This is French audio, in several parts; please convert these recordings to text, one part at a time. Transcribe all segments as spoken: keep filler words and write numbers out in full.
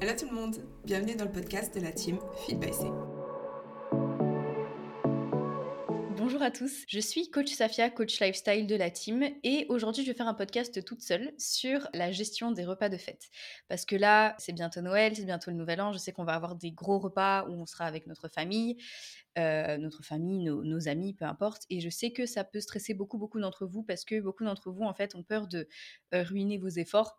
Hello tout le monde, bienvenue dans le podcast de la team Feed by C. Bonjour à tous, je suis coach Safia, coach lifestyle de la team et aujourd'hui je vais faire un podcast toute seule sur la gestion des repas de fête. Parce que là, c'est bientôt Noël, c'est bientôt le Nouvel An, je sais qu'on va avoir des gros repas où on sera avec notre famille, euh, notre famille, nos, nos amis, peu importe. Et je sais que ça peut stresser beaucoup, beaucoup d'entre vous parce que beaucoup d'entre vous en fait ont peur de euh, ruiner vos efforts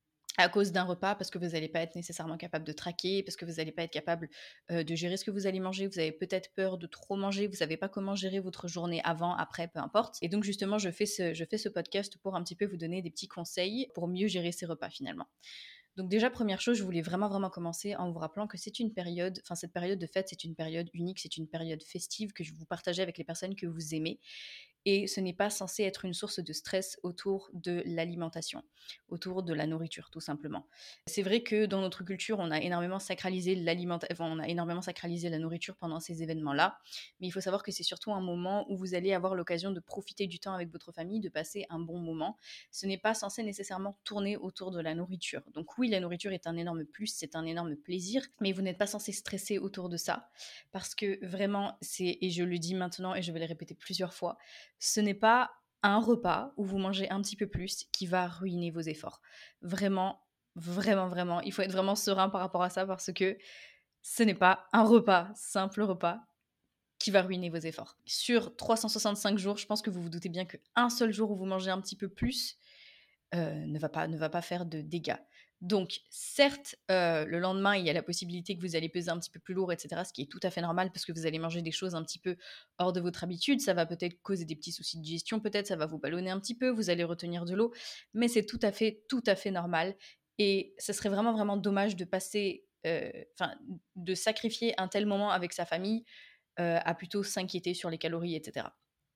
à cause d'un repas, parce que vous n'allez pas être nécessairement capable de traquer, parce que vous n'allez pas être capable euh, de gérer ce que vous allez manger, vous avez peut-être peur de trop manger, vous savez pas comment gérer votre journée avant, après, peu importe. Et donc justement, je fais ce, je fais ce podcast pour un petit peu vous donner des petits conseils pour mieux gérer ces repas finalement. Donc déjà, première chose, je voulais vraiment, vraiment commencer en vous rappelant que c'est une période, enfin cette période de fête, c'est une période unique, c'est une période festive que je vous partageais avec les personnes que vous aimez. Et ce n'est pas censé être une source de stress autour de l'alimentation, autour de la nourriture, tout simplement. C'est vrai que dans notre culture, on a énormément sacralisé l'alimentation, enfin, on a énormément sacralisé la nourriture pendant ces événements-là, mais il faut savoir que c'est surtout un moment où vous allez avoir l'occasion de profiter du temps avec votre famille, de passer un bon moment. Ce n'est pas censé nécessairement tourner autour de la nourriture. Donc oui, la nourriture est un énorme plus, c'est un énorme plaisir, mais vous n'êtes pas censé stresser autour de ça, parce que vraiment, c'est, et je le dis maintenant et je vais le répéter plusieurs fois, ce n'est pas un repas où vous mangez un petit peu plus qui va ruiner vos efforts. Vraiment, vraiment, vraiment, il faut être vraiment serein par rapport à ça parce que ce n'est pas un repas, simple repas, qui va ruiner vos efforts. Sur trois cent soixante-cinq jours, je pense que vous vous doutez bien qu'un seul jour où vous mangez un petit peu plus euh, ne, va pas, ne va pas faire de dégâts. Donc, certes, euh, le lendemain, il y a la possibilité que vous allez peser un petit peu plus lourd, et cetera, ce qui est tout à fait normal parce que vous allez manger des choses un petit peu hors de votre habitude. Ça va peut-être causer des petits soucis de digestion, peut-être ça va vous ballonner un petit peu, vous allez retenir de l'eau, mais c'est tout à fait, tout à fait normal. Et ce serait vraiment, vraiment dommage de passer, enfin, euh, de sacrifier un tel moment avec sa famille euh, à plutôt s'inquiéter sur les calories, et cetera.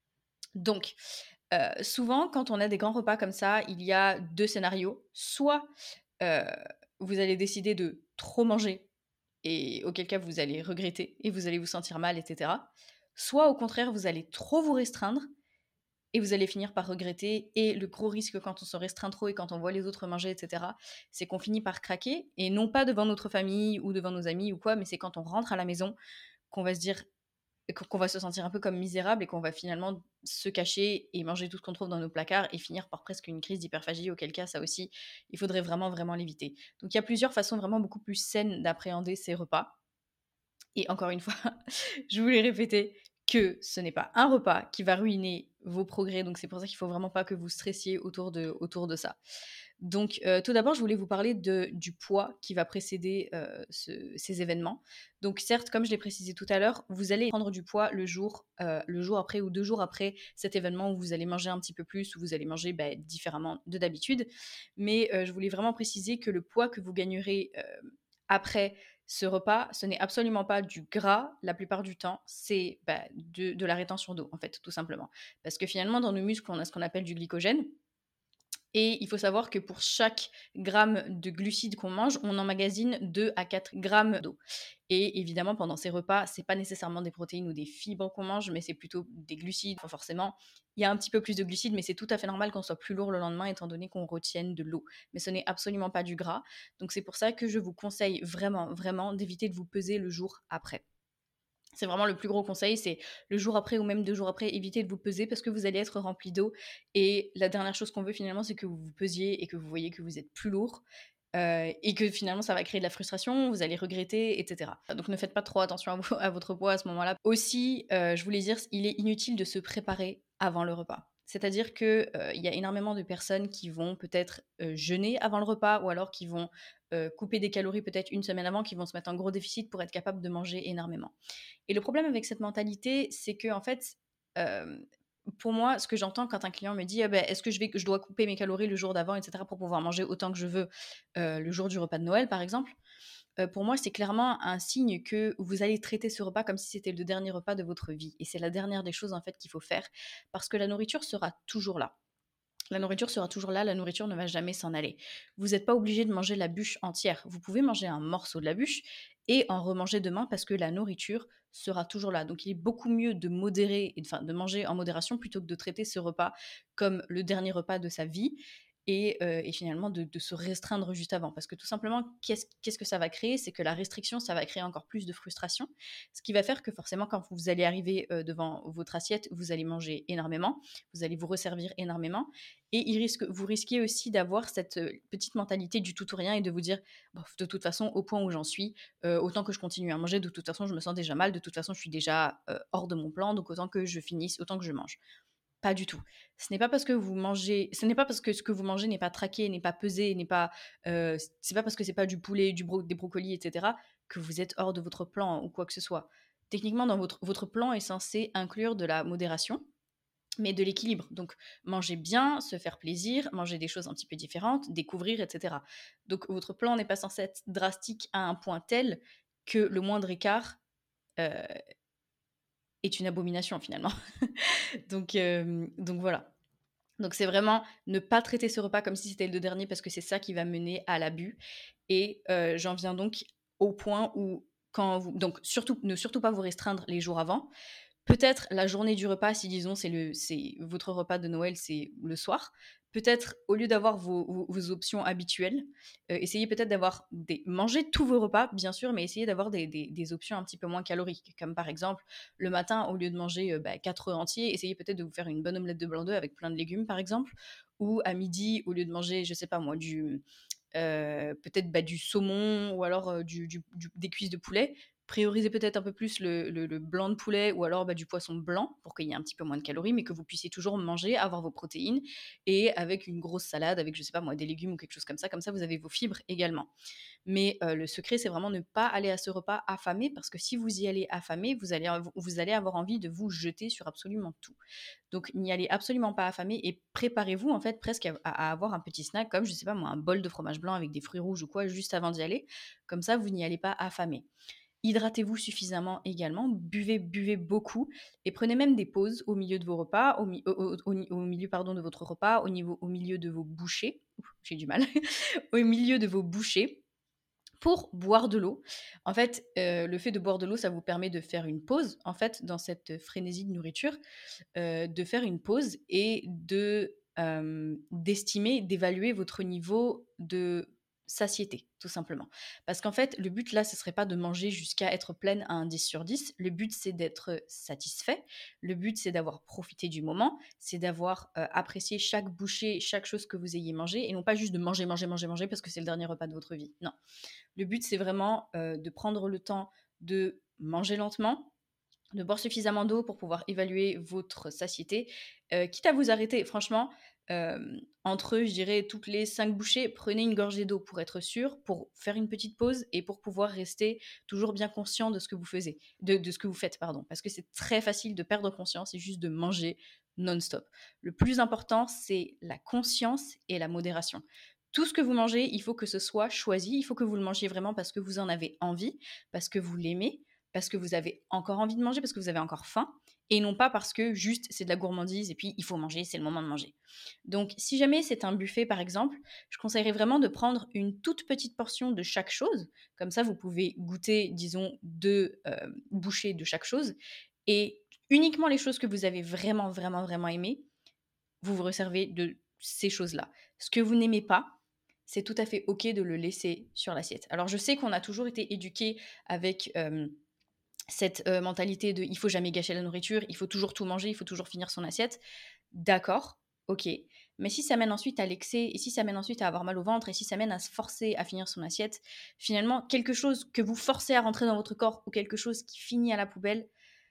Donc, euh, souvent, quand on a des grands repas comme ça, il y a deux scénarios. Soit euh, vous allez décider de trop manger, et auquel cas vous allez regretter, et vous allez vous sentir mal, et cetera. Soit au contraire, vous allez trop vous restreindre, et vous allez finir par regretter. Et le gros risque quand on se restreint trop et quand on voit les autres manger, et cetera, c'est qu'on finit par craquer, et non pas devant notre famille ou devant nos amis ou quoi, mais c'est quand on rentre à la maison qu'on va se dire qu'on va se sentir un peu comme misérable et qu'on va finalement se cacher et manger tout ce qu'on trouve dans nos placards et finir par presque une crise d'hyperphagie, auquel cas ça aussi, il faudrait vraiment vraiment l'éviter. Donc il y a plusieurs façons vraiment beaucoup plus saines d'appréhender ces repas. Et encore une fois, je voulais répéter que ce n'est pas un repas qui va ruiner vos progrès, donc c'est pour ça qu'il faut vraiment pas que vous stressiez autour de, autour de ça. Donc, euh, tout d'abord, je voulais vous parler de, du poids qui va précéder euh, ce, ces événements. Donc, certes, comme je l'ai précisé tout à l'heure, vous allez prendre du poids le jour, euh, le jour après ou deux jours après cet événement où vous allez manger un petit peu plus, où vous allez manger bah, différemment de d'habitude. Mais euh, je voulais vraiment préciser que le poids que vous gagnerez euh, après ce repas, ce n'est absolument pas du gras la plupart du temps, c'est bah, de, de la rétention d'eau, en fait, tout simplement. Parce que finalement, dans nos muscles, on a ce qu'on appelle du glycogène. Et il faut savoir que pour chaque gramme de glucides qu'on mange, on emmagasine deux à quatre grammes d'eau. Et évidemment, pendant ces repas, c'est pas nécessairement des protéines ou des fibres qu'on mange, mais c'est plutôt des glucides. Enfin, forcément, il y a un petit peu plus de glucides, mais c'est tout à fait normal qu'on soit plus lourd le lendemain, étant donné qu'on retienne de l'eau. Mais ce n'est absolument pas du gras. Donc c'est pour ça que je vous conseille vraiment, vraiment d'éviter de vous peser le jour après. C'est vraiment le plus gros conseil, c'est le jour après ou même deux jours après, évitez de vous peser parce que vous allez être rempli d'eau. Et la dernière chose qu'on veut finalement, c'est que vous vous pesiez et que vous voyez que vous êtes plus lourd. Euh, et que finalement ça va créer de la frustration, vous allez regretter, et cetera. Donc ne faites pas trop attention à, vous, à votre poids à ce moment-là. Aussi, euh, je voulais dire, il est inutile de se préparer avant le repas. C'est-à-dire qu'il euh, y a énormément de personnes qui vont peut-être euh, jeûner avant le repas ou alors qui vont euh, couper des calories peut-être une semaine avant, qui vont se mettre en gros déficit pour être capable de manger énormément. Et le problème avec cette mentalité, c'est que en fait, euh, pour moi, ce que j'entends quand un client me dit ah ben, est-ce que je, vais, je dois couper mes calories le jour d'avant, et cetera, pour pouvoir manger autant que je veux euh, le jour du repas de Noël, par exemple, euh, pour moi, c'est clairement un signe que vous allez traiter ce repas comme si c'était le dernier repas de votre vie. Et c'est la dernière des choses en fait qu'il faut faire, parce que la nourriture sera toujours là. La nourriture sera toujours là, la nourriture ne va jamais s'en aller. Vous n'êtes pas obligé de manger la bûche entière. Vous pouvez manger un morceau de la bûche et en remanger demain parce que la nourriture sera toujours là. Donc il est beaucoup mieux de modérer, enfin de manger en modération plutôt que de traiter ce repas comme le dernier repas de sa vie. et, euh, et finalement de, de se restreindre juste avant. Parce que tout simplement, qu'est-ce, qu'est-ce que ça va créer? C'est que la restriction, ça va créer encore plus de frustration, ce qui va faire que forcément, quand vous allez arriver euh, devant votre assiette, vous allez manger énormément, vous allez vous resservir énormément, et il risque, vous risquez aussi d'avoir cette euh, petite mentalité du tout ou rien et de vous dire, bon, de toute façon, au point où j'en suis, euh, autant que je continue à manger, de toute façon, je me sens déjà mal, de toute façon, je suis déjà euh, hors de mon plan, donc autant que je finisse, autant que je mange. Pas du tout. Ce n'est pas parce que vous mangez, ce n'est pas parce que ce que vous mangez n'est pas traqué, n'est pas pesé, n'est pas, euh, c'est pas parce que c'est pas du poulet, du bro- des brocolis, et cetera, que vous êtes hors de votre plan ou quoi que ce soit. Techniquement, dans votre, votre plan est censé inclure de la modération, mais de l'équilibre. Donc, manger bien, se faire plaisir, manger des choses un petit peu différentes, découvrir, et cetera. Donc, votre plan n'est pas censé être drastique à un point tel que le moindre écart euh, est une abomination finalement. donc, euh, donc voilà. Donc c'est vraiment ne pas traiter ce repas comme si c'était le dernier parce que c'est ça qui va mener à l'abus. Et euh, j'en viens donc au point où quand vous donc surtout ne surtout pas vous restreindre les jours avant. Peut-être la journée du repas, si disons c'est le c'est votre repas de Noël, c'est le soir. Peut-être au lieu d'avoir vos, vos, vos options habituelles, euh, essayez peut-être d'avoir des mangez tous vos repas bien sûr, mais essayez d'avoir des, des, des options un petit peu moins caloriques, comme par exemple le matin au lieu de manger euh, bah, quatre œufs entiers, essayez peut-être de vous faire une bonne omelette de blanc d'œuf avec plein de légumes par exemple, ou à midi au lieu de manger je sais pas moi du euh, peut-être bah, du saumon ou alors euh, du, du, du, des cuisses de poulet. Priorisez peut-être un peu plus le, le, le blanc de poulet ou alors bah, du poisson blanc pour qu'il y ait un petit peu moins de calories, mais que vous puissiez toujours manger, avoir vos protéines et avec une grosse salade, avec je sais pas moi, des légumes ou quelque chose comme ça. Comme ça, vous avez vos fibres également. Mais euh, le secret, c'est vraiment ne pas aller à ce repas affamé parce que si vous y allez affamé, vous allez, vous allez avoir envie de vous jeter sur absolument tout. Donc n'y allez absolument pas affamé et préparez-vous en fait presque à, à avoir un petit snack comme je sais pas moi un bol de fromage blanc avec des fruits rouges ou quoi juste avant d'y aller. Comme ça, vous n'y allez pas affamé. Hydratez-vous suffisamment également, buvez, buvez beaucoup et prenez même des pauses au milieu de vos repas, au, mi- au, au, au, au milieu pardon, de votre repas, au, niveau, au milieu de vos bouchées. Ouf, j'ai du mal. Au milieu de vos bouchées pour boire de l'eau. En fait, euh, le fait de boire de l'eau, ça vous permet de faire une pause, en fait, dans cette frénésie de nourriture, euh, de faire une pause et de euh, d'estimer, d'évaluer votre niveau de satiété, tout simplement. Parce qu'en fait, le but là, ce serait pas de manger jusqu'à être pleine à un dix sur dix. Le but, c'est d'être satisfait. Le but, c'est d'avoir profité du moment. C'est d'avoir euh, apprécié chaque bouchée, chaque chose que vous ayez mangé et non pas juste de manger, manger, manger, manger parce que c'est le dernier repas de votre vie. Non. Le but, c'est vraiment euh, de prendre le temps de manger lentement, de boire suffisamment d'eau pour pouvoir évaluer votre satiété, euh, quitte à vous arrêter. Franchement, euh, entre, je dirais, toutes les cinq bouchées, prenez une gorgée d'eau pour être sûr, pour faire une petite pause et pour pouvoir rester toujours bien conscient de ce que vous faisiez, de, de ce que vous faites, pardon. Parce que c'est très facile de perdre conscience et juste de manger non-stop. Le plus important, c'est la conscience et la modération. Tout ce que vous mangez, il faut que ce soit choisi, il faut que vous le mangiez vraiment parce que vous en avez envie, parce que vous l'aimez, parce que vous avez encore envie de manger, parce que vous avez encore faim, et non pas parce que juste c'est de la gourmandise et puis il faut manger, c'est le moment de manger. Donc si jamais c'est un buffet par exemple, je conseillerais vraiment de prendre une toute petite portion de chaque chose, comme ça vous pouvez goûter, disons, deux euh, bouchées de chaque chose, et uniquement les choses que vous avez vraiment, vraiment, vraiment aimées, vous vous resservez de ces choses-là. Ce que vous n'aimez pas, c'est tout à fait ok de le laisser sur l'assiette. Alors je sais qu'on a toujours été éduqués avec euh, cette euh, mentalité de il faut jamais gâcher la nourriture, il faut toujours tout manger, il faut toujours finir son assiette. D'accord, ok. Mais si ça mène ensuite à l'excès, et si ça mène ensuite à avoir mal au ventre, et si ça mène à se forcer à finir son assiette, finalement, quelque chose que vous forcez à rentrer dans votre corps ou quelque chose qui finit à la poubelle,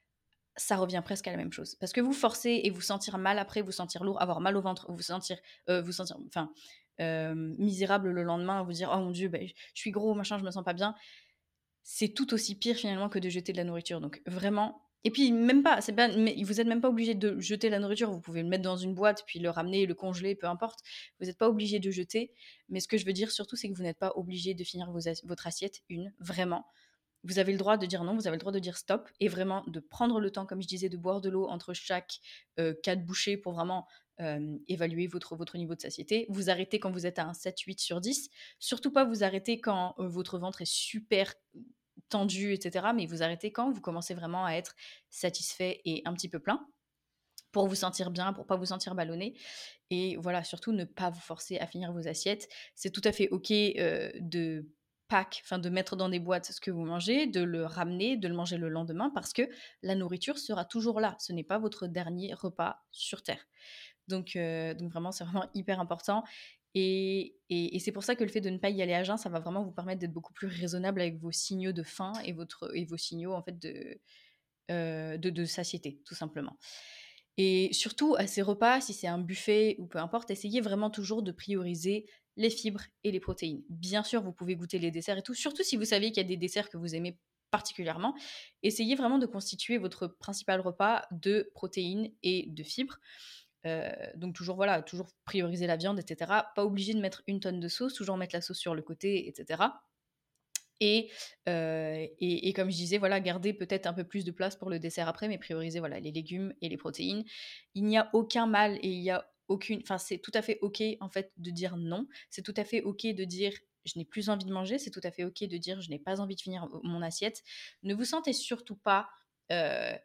ça revient presque à la même chose. Parce que vous forcez et vous sentir mal après, vous sentir lourd, avoir mal au ventre, vous sentir, euh, vous sentir, enfin, euh, misérable le lendemain, vous dire oh mon dieu, ben, je suis gros, machin, je me sens pas bien. C'est tout aussi pire finalement que de jeter de la nourriture. Donc vraiment. Et puis même pas, c'est pas, mais vous êtes même pas obligé de jeter la nourriture. Vous pouvez le mettre dans une boîte, puis le ramener, le congeler, peu importe. Vous n'êtes pas obligé de jeter. Mais ce que je veux dire surtout, c'est que vous n'êtes pas obligé de finir vos, votre assiette une, vraiment. Vous avez le droit de dire non, vous avez le droit de dire stop et vraiment de prendre le temps, comme je disais, de boire de l'eau entre chaque euh, quatre bouchées pour vraiment euh, évaluer votre, votre niveau de satiété. Vous arrêtez quand vous êtes à un sept huit sur dix. Surtout pas vous arrêter quand euh, votre ventre est super tendu, et cetera. Mais vous arrêtez quand vous commencez vraiment à être satisfait et un petit peu plein pour vous sentir bien, pour pas vous sentir ballonné. Et voilà, surtout ne pas vous forcer à finir vos assiettes. C'est tout à fait OK euh, de pack, enfin de mettre dans des boîtes ce que vous mangez, de le ramener, de le manger le lendemain, parce que la nourriture sera toujours là. Ce n'est pas votre dernier repas sur Terre. Donc, euh, donc vraiment, c'est vraiment hyper important. Et, et, et c'est pour ça que le fait de ne pas y aller à jeun, ça va vraiment vous permettre d'être beaucoup plus raisonnable avec vos signaux de faim et, votre, et vos signaux en fait de, euh, de, de satiété, tout simplement. Et surtout, à ces repas, si c'est un buffet ou peu importe, essayez vraiment toujours de prioriser les fibres et les protéines. Bien sûr, vous pouvez goûter les desserts et tout, surtout si vous savez qu'il y a des desserts que vous aimez particulièrement. Essayez vraiment de constituer votre principal repas de protéines et de fibres. Euh, donc toujours voilà, toujours prioriser la viande, et cetera. Pas obligé de mettre une tonne de sauce, toujours mettre la sauce sur le côté, et cetera. Et, euh, et, et comme je disais, voilà, garder peut-être un peu plus de place pour le dessert après, mais prioriser voilà, les légumes et les protéines. Il n'y a aucun mal et il y a aucune... Enfin, c'est tout à fait OK, en fait, de dire non. C'est tout à fait OK de dire je n'ai plus envie de manger. C'est tout à fait OK de dire je n'ai pas envie de finir mon assiette. Ne vous sentez surtout pas... Euh,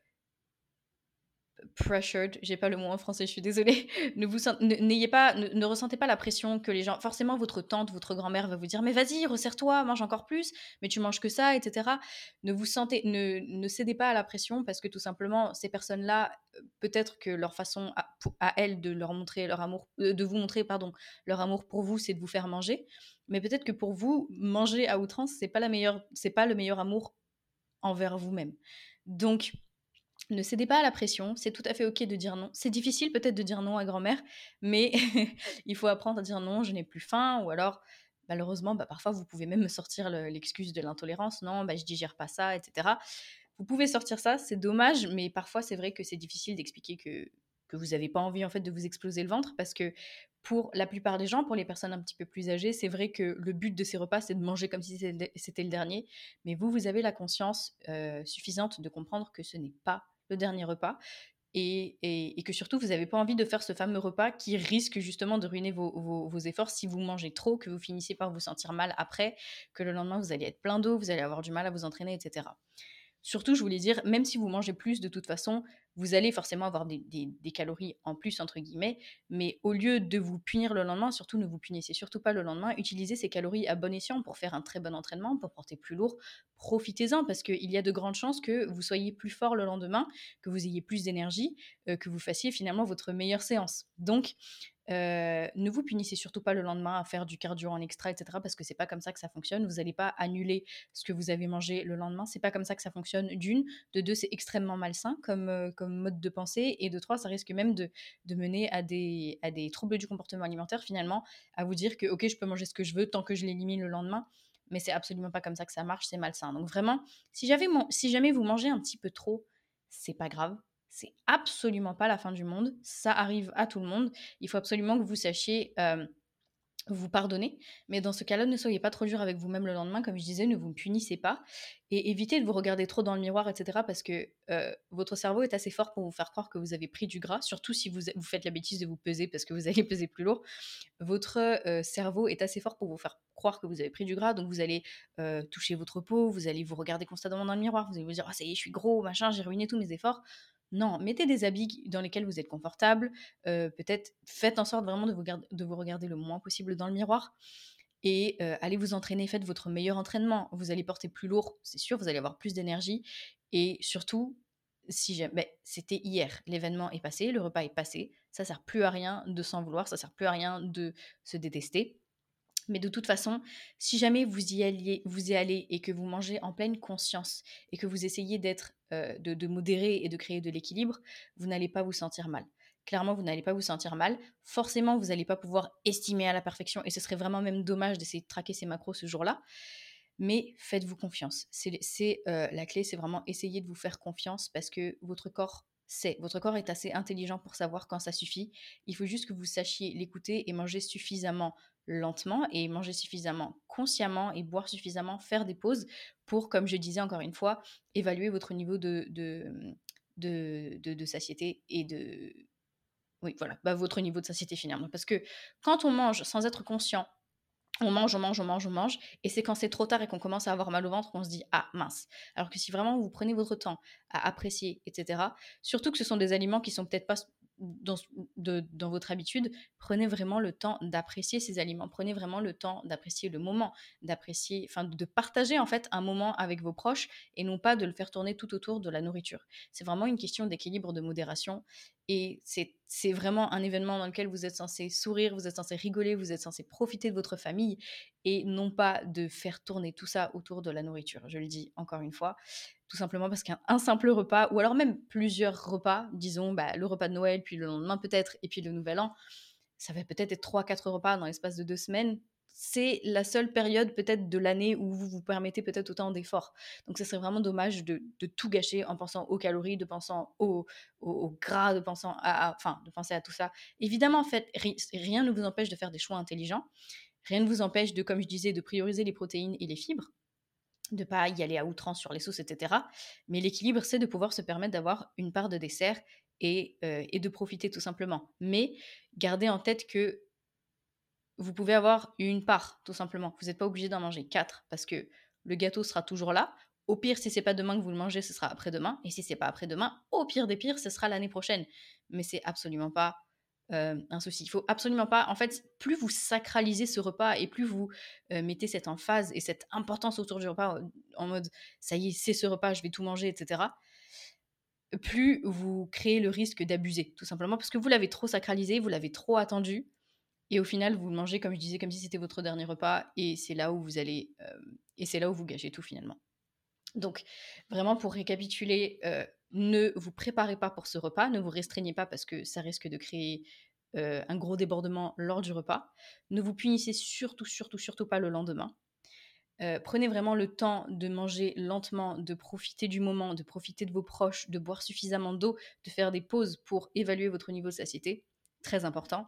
pressured, j'ai pas le mot en français, je suis désolée. Ne vous n'ayez pas, ne, ne ressentez pas la pression que les gens. Forcément, votre tante, votre grand-mère va vous dire mais vas-y, resserre-toi, mange encore plus, mais tu manges que ça, et cetera. Ne vous sentez, ne, ne cédez pas à la pression parce que tout simplement, ces personnes-là, peut-être que leur façon à, à elles de leur montrer leur amour, de vous montrer pardon, leur amour pour vous, c'est de vous faire manger. Mais peut-être que pour vous, manger à outrance, c'est pas la meilleure, c'est pas le meilleur amour envers vous-même. Donc ne cédez pas à la pression, c'est tout à fait OK de dire non. C'est difficile peut-être de dire non à grand-mère, mais il faut apprendre à dire non, je n'ai plus faim, ou alors malheureusement, bah, parfois vous pouvez même me sortir le, l'excuse de l'intolérance, non, bah, je digère pas ça, et cetera. Vous pouvez sortir ça, c'est dommage, mais parfois c'est vrai que c'est difficile d'expliquer que, que vous n'avez pas envie en fait de vous exploser le ventre, parce que pour la plupart des gens, pour les personnes un petit peu plus âgées, c'est vrai que le but de ces repas, c'est de manger comme si c'était le dernier, mais vous, vous avez la conscience euh, suffisante de comprendre que ce n'est pas le dernier repas, et, et, et que surtout, vous n'avez pas envie de faire ce fameux repas qui risque justement de ruiner vos, vos, vos efforts si vous mangez trop, que vous finissez par vous sentir mal après, que le lendemain, vous allez être plein d'eau, vous allez avoir du mal à vous entraîner, et cetera. Surtout, je voulais dire, même si vous mangez plus, de toute façon, vous allez forcément avoir des, des, des calories en plus, entre guillemets, mais au lieu de vous punir le lendemain, surtout ne vous punissez surtout pas le lendemain, utilisez ces calories à bon escient pour faire un très bon entraînement, pour porter plus lourd, profitez-en, parce qu'il y a de grandes chances que vous soyez plus fort le lendemain, que vous ayez plus d'énergie, euh, que vous fassiez finalement votre meilleure séance. Donc, Euh, ne vous punissez surtout pas le lendemain à faire du cardio en extra, et cetera. Parce que c'est pas comme ça que ça fonctionne. Vous n'allez pas annuler ce que vous avez mangé le lendemain. C'est pas comme ça que ça fonctionne. D'une, de deux, c'est extrêmement malsain comme, euh, comme mode de pensée. Et de trois, ça risque même de, de mener à des, à des troubles du comportement alimentaire finalement, à vous dire que ok, je peux manger ce que je veux tant que je l'élimine le lendemain. Mais c'est absolument pas comme ça que ça marche. C'est malsain. Donc vraiment, si, j'avais mon, si jamais vous mangez un petit peu trop, c'est pas grave. C'est absolument pas la fin du monde. Ça arrive à tout le monde. Il faut absolument que vous sachiez euh, vous pardonner. Mais dans ce cas-là, ne soyez pas trop dur avec vous-même le lendemain. Comme je disais, ne vous punissez pas. Et évitez de vous regarder trop dans le miroir, et cetera. Parce que euh, votre cerveau est assez fort pour vous faire croire que vous avez pris du gras. Surtout si vous, vous faites la bêtise de vous peser parce que vous allez peser plus lourd. Votre euh, cerveau est assez fort pour vous faire croire que vous avez pris du gras. Donc vous allez euh, toucher votre peau. Vous allez vous regarder constamment dans le miroir. Vous allez vous dire oh, ça y est, je suis gros, machin, j'ai ruiné tous mes efforts. Non, mettez des habits dans lesquels vous êtes confortable. Euh, peut-être faites en sorte vraiment de vous, garder, de vous regarder le moins possible dans le miroir. Et euh, allez vous entraîner, faites votre meilleur entraînement. Vous allez porter plus lourd, c'est sûr, vous allez avoir plus d'énergie. Et surtout, si jamais, ben, c'était hier, l'événement est passé, le repas est passé. Ça sert plus à rien de s'en vouloir, ça sert plus à rien de se détester. Mais de toute façon, si jamais vous y alliez, vous y allez et que vous mangez en pleine conscience et que vous essayez d'être, euh, de, de modérer et de créer de l'équilibre, vous n'allez pas vous sentir mal. Clairement, vous n'allez pas vous sentir mal. Forcément, vous n'allez pas pouvoir estimer à la perfection et ce serait vraiment même dommage d'essayer de traquer ces macros ce jour-là. Mais faites-vous confiance. C'est, c'est euh, la clé, c'est vraiment essayer de vous faire confiance parce que votre corps sait. Votre corps est assez intelligent pour savoir quand ça suffit. Il faut juste que vous sachiez l'écouter et manger suffisamment lentement et manger suffisamment consciemment et boire suffisamment, faire des pauses pour, comme je disais encore une fois, évaluer votre niveau de, de, de, de, de satiété et de... Oui, voilà, bah, votre niveau de satiété finalement. Parce que quand on mange sans être conscient, on mange, on mange, on mange, on mange, et c'est quand c'est trop tard et qu'on commence à avoir mal au ventre qu'on se dit « Ah, mince !» Alors que si vraiment vous prenez votre temps à apprécier, et cetera, surtout que ce sont des aliments qui sont peut-être pas dans, de, dans votre habitude, prenez vraiment le temps d'apprécier ces aliments. Prenez vraiment le temps d'apprécier le moment, d'apprécier, enfin, de partager en fait un moment avec vos proches et non pas de le faire tourner tout autour de la nourriture. C'est vraiment une question d'équilibre, de modération et c'est, c'est vraiment un événement dans lequel vous êtes censé sourire, vous êtes censé rigoler, vous êtes censé profiter de votre famille et non pas de faire tourner tout ça autour de la nourriture. Je le dis encore une fois. Tout simplement parce qu'un un simple repas, ou alors même plusieurs repas, disons bah, le repas de Noël, puis le lendemain peut-être, et puis le Nouvel An, ça va peut-être être trois quatre repas dans l'espace de deux semaines. C'est la seule période peut-être de l'année où vous vous permettez peut-être autant d'efforts. Donc ça serait vraiment dommage de, de tout gâcher en pensant aux calories, de pensant au, au, au gras, de pensant à, à- enfin, de penser à tout ça. Évidemment, en fait, ri- rien ne vous empêche de faire des choix intelligents. Rien ne vous empêche de, comme je disais, de prioriser les protéines et les fibres, de pas y aller à outrance sur les sauces, et cetera. Mais l'équilibre, c'est de pouvoir se permettre d'avoir une part de dessert et, euh, et de profiter tout simplement. Mais gardez en tête que vous pouvez avoir une part, tout simplement. Vous n'êtes pas obligé d'en manger quatre parce que le gâteau sera toujours là. Au pire, si c'est pas demain que vous le mangez, ce sera après-demain. Et si c'est pas après-demain, au pire des pires, ce sera l'année prochaine. Mais c'est absolument pas euh, un souci. Il faut absolument pas. En fait, plus vous sacralisez ce repas et plus vous euh, mettez cette emphase et cette importance autour du repas euh, en mode ça y est, c'est ce repas, je vais tout manger, et cetera. Plus vous créez le risque d'abuser, tout simplement parce que vous l'avez trop sacralisé, vous l'avez trop attendu et au final, vous le mangez, comme je disais, comme si c'était votre dernier repas, et c'est là où vous allez, euh, et c'est là où vous gâchez tout finalement. Donc, vraiment, pour récapituler, euh, ne vous préparez pas pour ce repas, ne vous restreignez pas parce que ça risque de créer euh, un gros débordement lors du repas. Ne vous punissez surtout, surtout, surtout pas le lendemain. Euh, prenez vraiment le temps de manger lentement, de profiter du moment, de profiter de vos proches, de boire suffisamment d'eau, de faire des pauses pour évaluer votre niveau de satiété. Très important.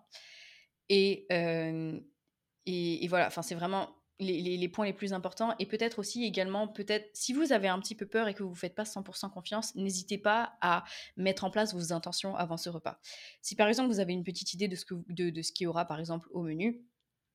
Et, euh, et, et voilà, enfin, c'est vraiment les, les, les points les plus importants. Et peut-être aussi également, peut-être, si vous avez un petit peu peur et que vous ne faites pas cent pour cent confiance, n'hésitez pas à mettre en place vos intentions avant ce repas. Si par exemple, vous avez une petite idée de ce, que, de, de ce qu'il y aura par exemple au menu,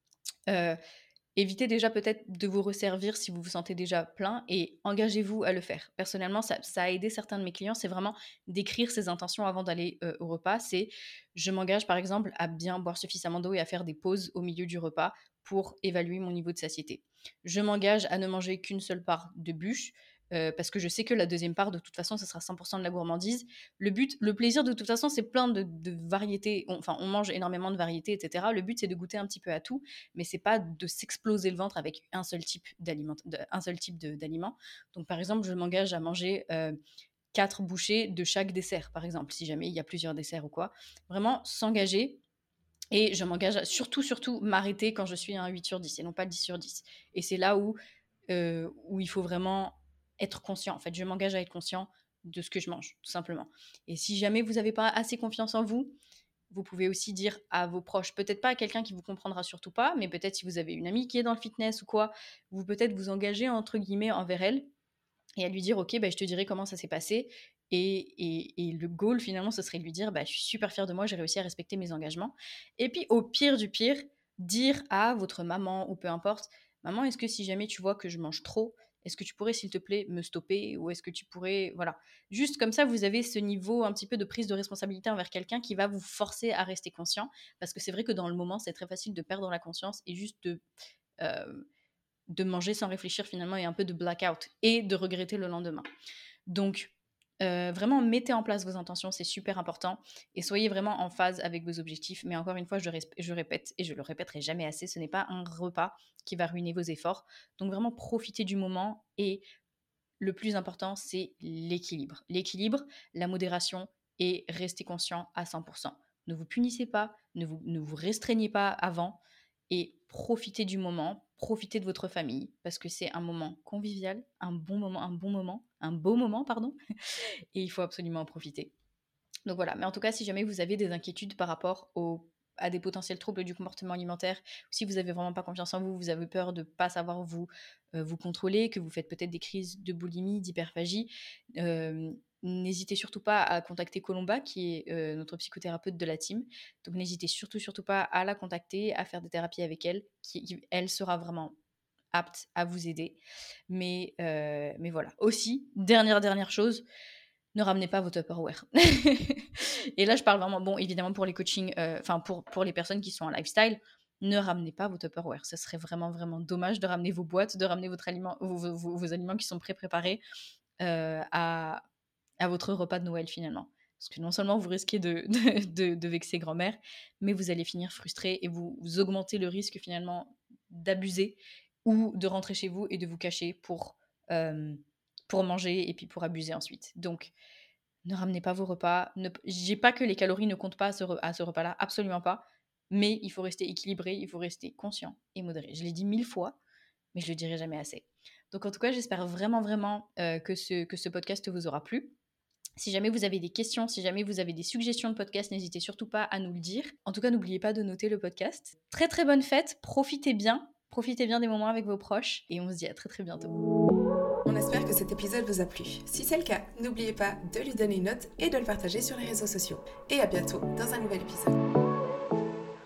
euh, évitez déjà peut-être de vous resservir si vous vous sentez déjà plein et engagez-vous à le faire. Personnellement, ça, ça a aidé certains de mes clients, c'est vraiment d'écrire ses intentions avant d'aller euh, au repas. C'est je m'engage par exemple à bien boire suffisamment d'eau et à faire des pauses au milieu du repas pour évaluer mon niveau de satiété. Je m'engage à ne manger qu'une seule part de bûche. Euh, parce que je sais que la deuxième part, de toute façon, ce sera cent pour cent de la gourmandise. Le but, le plaisir, de toute façon, c'est plein de, de variétés. On, enfin, on mange énormément de variétés, et cetera. Le but, c'est de goûter un petit peu à tout, mais c'est pas de s'exploser le ventre avec un seul type d'aliment. Un seul type d'aliment. Donc, par exemple, je m'engage à manger euh, quatre bouchées de chaque dessert, par exemple, si jamais il y a plusieurs desserts ou quoi. Vraiment, s'engager. Et je m'engage à surtout, surtout m'arrêter quand je suis à un huit sur dix et non pas dix sur dix. Et c'est là où, euh, où il faut vraiment être conscient. En fait, je m'engage à être conscient de ce que je mange, tout simplement. Et si jamais vous n'avez pas assez confiance en vous, vous pouvez aussi dire à vos proches, peut-être pas à quelqu'un qui vous comprendra surtout pas, mais peut-être si vous avez une amie qui est dans le fitness ou quoi, vous peut-être vous engager entre guillemets envers elle et à lui dire ok, bah, je te dirai comment ça s'est passé. Et, et, et le goal finalement, ce serait de lui dire bah, je suis super fière de moi, j'ai réussi à respecter mes engagements. Et puis au pire du pire, dire à votre maman ou peu importe, maman, est-ce que si jamais tu vois que je mange trop, est-ce que tu pourrais s'il te plaît me stopper ou est-ce que tu pourrais, voilà, juste comme ça vous avez ce niveau un petit peu de prise de responsabilité envers quelqu'un qui va vous forcer à rester conscient parce que c'est vrai que dans le moment c'est très facile de perdre la conscience et juste de euh, de manger sans réfléchir finalement et un peu de blackout et de regretter le lendemain. Donc, euh, vraiment, mettez en place vos intentions, c'est super important et soyez vraiment en phase avec vos objectifs. Mais encore une fois, je, je répète et je le répéterai jamais assez, ce n'est pas un repas qui va ruiner vos efforts. Donc, vraiment, profitez du moment et le plus important, c'est l'équilibre. L'équilibre, la modération et restez conscient à cent pour cent. Ne vous punissez pas, ne vous, ne vous restreignez pas avant et profitez du moment, profitez de votre famille parce que c'est un moment convivial, un bon moment, un bon moment, un beau moment, pardon, et il faut absolument en profiter. Donc voilà, mais en tout cas, si jamais vous avez des inquiétudes par rapport au, à des potentiels troubles du comportement alimentaire, ou si vous avez vraiment pas confiance en vous, vous avez peur de pas savoir vous, euh, vous contrôler, que vous faites peut-être des crises de boulimie, d'hyperphagie, euh, n'hésitez surtout pas à contacter Colomba, qui est euh, notre psychothérapeute de la team. Donc n'hésitez surtout, surtout pas à la contacter, à faire des thérapies avec elle, qui, qui elle sera vraiment apte à vous aider. Mais, euh, mais voilà. Aussi, dernière, dernière chose, ne ramenez pas vos Tupperware. Et là, je parle vraiment, bon, évidemment, pour les coachings, enfin, euh, pour, pour les personnes qui sont en lifestyle, ne ramenez pas vos Tupperware. Ce serait vraiment, vraiment dommage de ramener vos boîtes, de ramener votre aliment, vos, vos, vos aliments qui sont pré-préparés euh, à, à votre repas de Noël, finalement. Parce que non seulement vous risquez de, de, de, de vexer grand-mère, mais vous allez finir frustré et vous, vous augmentez le risque, finalement, d'abuser ou de rentrer chez vous et de vous cacher pour, euh, pour manger et puis pour abuser ensuite. Donc, ne ramenez pas vos repas. Ne... Je dis pas que les calories ne comptent pas à ce, re... à ce repas-là, absolument pas. Mais il faut rester équilibré, il faut rester conscient et modéré. Je l'ai dit mille fois, mais je le dirai jamais assez. Donc en tout cas, j'espère vraiment, vraiment euh, que, ce, que ce podcast vous aura plu. Si jamais vous avez des questions, si jamais vous avez des suggestions de podcast, n'hésitez surtout pas à nous le dire. En tout cas, n'oubliez pas de noter le podcast. Très très bonne fête, profitez bien, profitez bien des moments avec vos proches et on se dit à très très bientôt. On espère que cet épisode vous a plu. Si c'est le cas, n'oubliez pas de lui donner une note et de le partager sur les réseaux sociaux. Et à bientôt dans un nouvel épisode.